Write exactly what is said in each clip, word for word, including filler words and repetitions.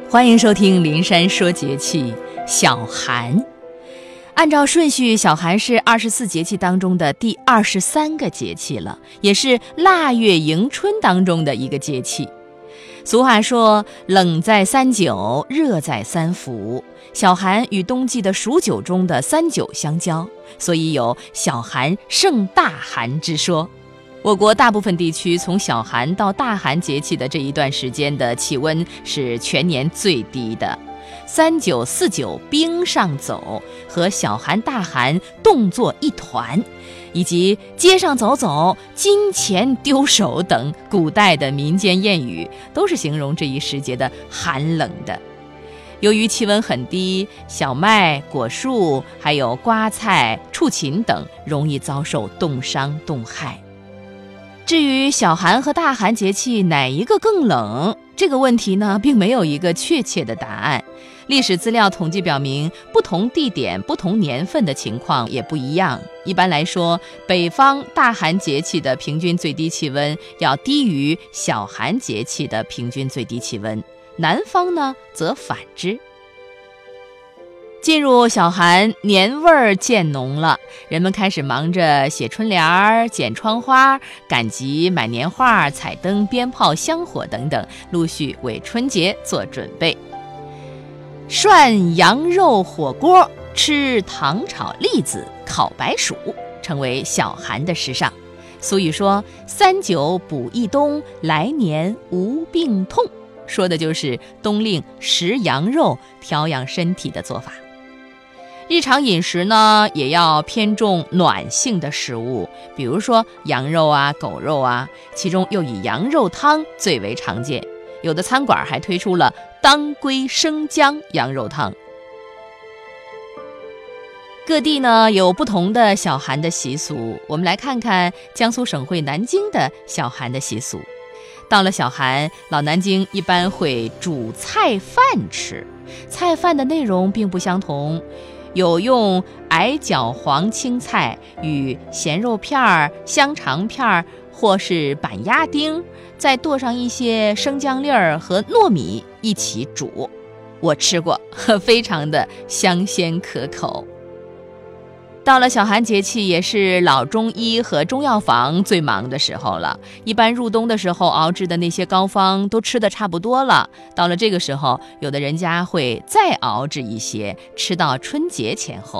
欢迎收听灵山说节气。小寒，按照顺序，小寒是二十四节气当中的第二十三个节气了，也是腊月迎春当中的一个节气。俗话说，冷在三九，热在三伏。小寒与冬季的数九中的三九相交，所以有小寒胜大寒之说。我国大部分地区从小寒到大寒节气的这一段时间的气温是全年最低的。三九四九冰上走和小寒大寒冻作一团，以及街上走走金钱丢手等古代的民间谚语，都是形容这一时节的寒冷的。由于气温很低，小麦、果树还有瓜菜、畜禽等容易遭受冻伤冻害。至于小寒和大寒节气哪一个更冷，这个问题呢，并没有一个确切的答案。历史资料统计表明，不同地点、不同年份的情况也不一样。一般来说，北方大寒节气的平均最低气温要低于小寒节气的平均最低气温，南方呢，则反之。进入小寒，年味儿渐浓了，人们开始忙着写春联、剪窗花、赶集、买年画、彩灯、鞭炮、香火等等，陆续为春节做准备。涮羊肉火锅、吃糖炒栗子、烤白薯，成为小寒的时尚。俗语说，三九补一冬，来年无病痛，说的就是冬令食羊肉调养身体的做法。日常饮食呢，也要偏重暖性的食物，比如说羊肉啊、狗肉啊，其中又以羊肉汤最为常见。有的餐馆还推出了当归生姜羊肉汤。各地呢有不同的小寒的习俗，我们来看看江苏省会南京的小寒的习俗。到了小寒，老南京一般会煮菜饭吃，菜饭的内容并不相同，有用矮角黄青菜与咸肉片、香肠片或是板鸭丁，再剁上一些生姜粒儿和糯米一起煮。我吃过，非常的香鲜可口。到了小寒节气，也是老中医和中药房最忙的时候了。一般入冬的时候熬制的那些膏方都吃得差不多了，到了这个时候，有的人家会再熬制一些，吃到春节前后。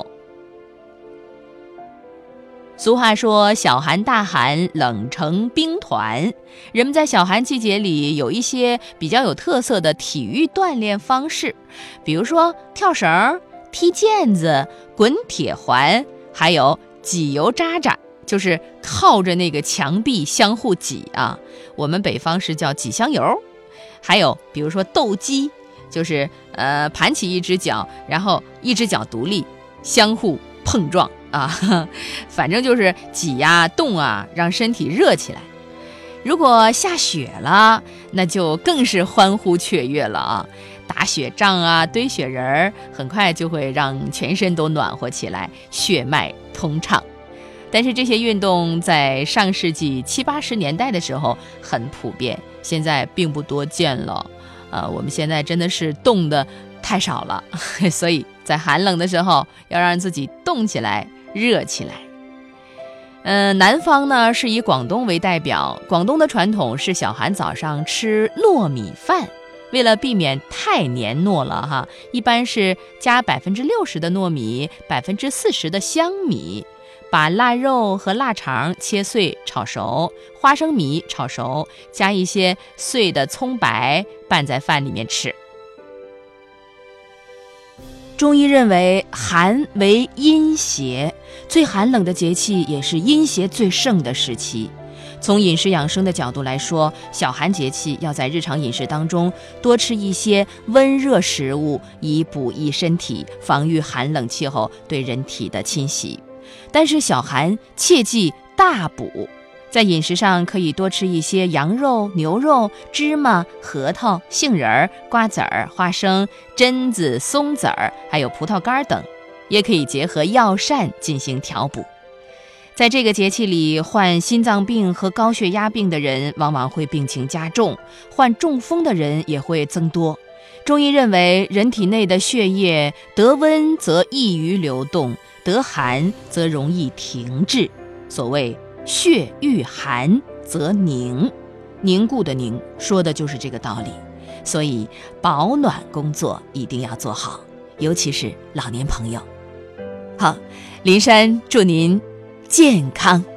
俗话说，小寒大寒，冷成冰团。人们在小寒季节里有一些比较有特色的体育锻炼方式，比如说跳绳、踢毽子、滚铁环，还有挤油渣渣，就是靠着那个墙壁相互挤啊，我们北方是叫挤香油。还有比如说斗鸡，就是呃盘起一只脚，然后一只脚独立，相互碰撞啊，反正就是挤呀动啊，让身体热起来。如果下雪了，那就更是欢呼雀跃了啊！打雪仗啊，堆雪人儿，很快就会让全身都暖和起来，血脉通畅。但是这些运动在上世纪七八十年代的时候很普遍，现在并不多见了。呃，我们现在真的是冻得太少了，所以在寒冷的时候要让自己动起来，热起来。嗯、呃，南方呢是以广东为代表，广东的传统是小寒早上吃糯米饭。为了避免太黏糯了哈，一般是加百分之六十的糯米，百分之四十的香米，把腊肉和腊肠切碎炒熟，花生米炒熟，加一些碎的葱白拌在饭里面吃。中医认为寒为阴邪，最寒冷的节气也是阴邪最盛的时期。从饮食养生的角度来说，小寒节气要在日常饮食当中多吃一些温热食物，以补益身体，防御寒冷气候对人体的侵袭。但是小寒切忌大补，在饮食上可以多吃一些羊肉、牛肉、芝麻、核桃、杏仁、瓜子儿、花生、榛子、松子儿，还有葡萄干等，也可以结合药膳进行调补。在这个节气里，患心脏病和高血压病的人往往会病情加重，患中风的人也会增多。 中医认为，人体内的血液得温则易于流动，得寒则容易停滞。所谓血遇寒则凝，凝固的凝，说的就是这个道理。所以保暖工作一定要做好，尤其是老年朋友。好，林珊祝您健康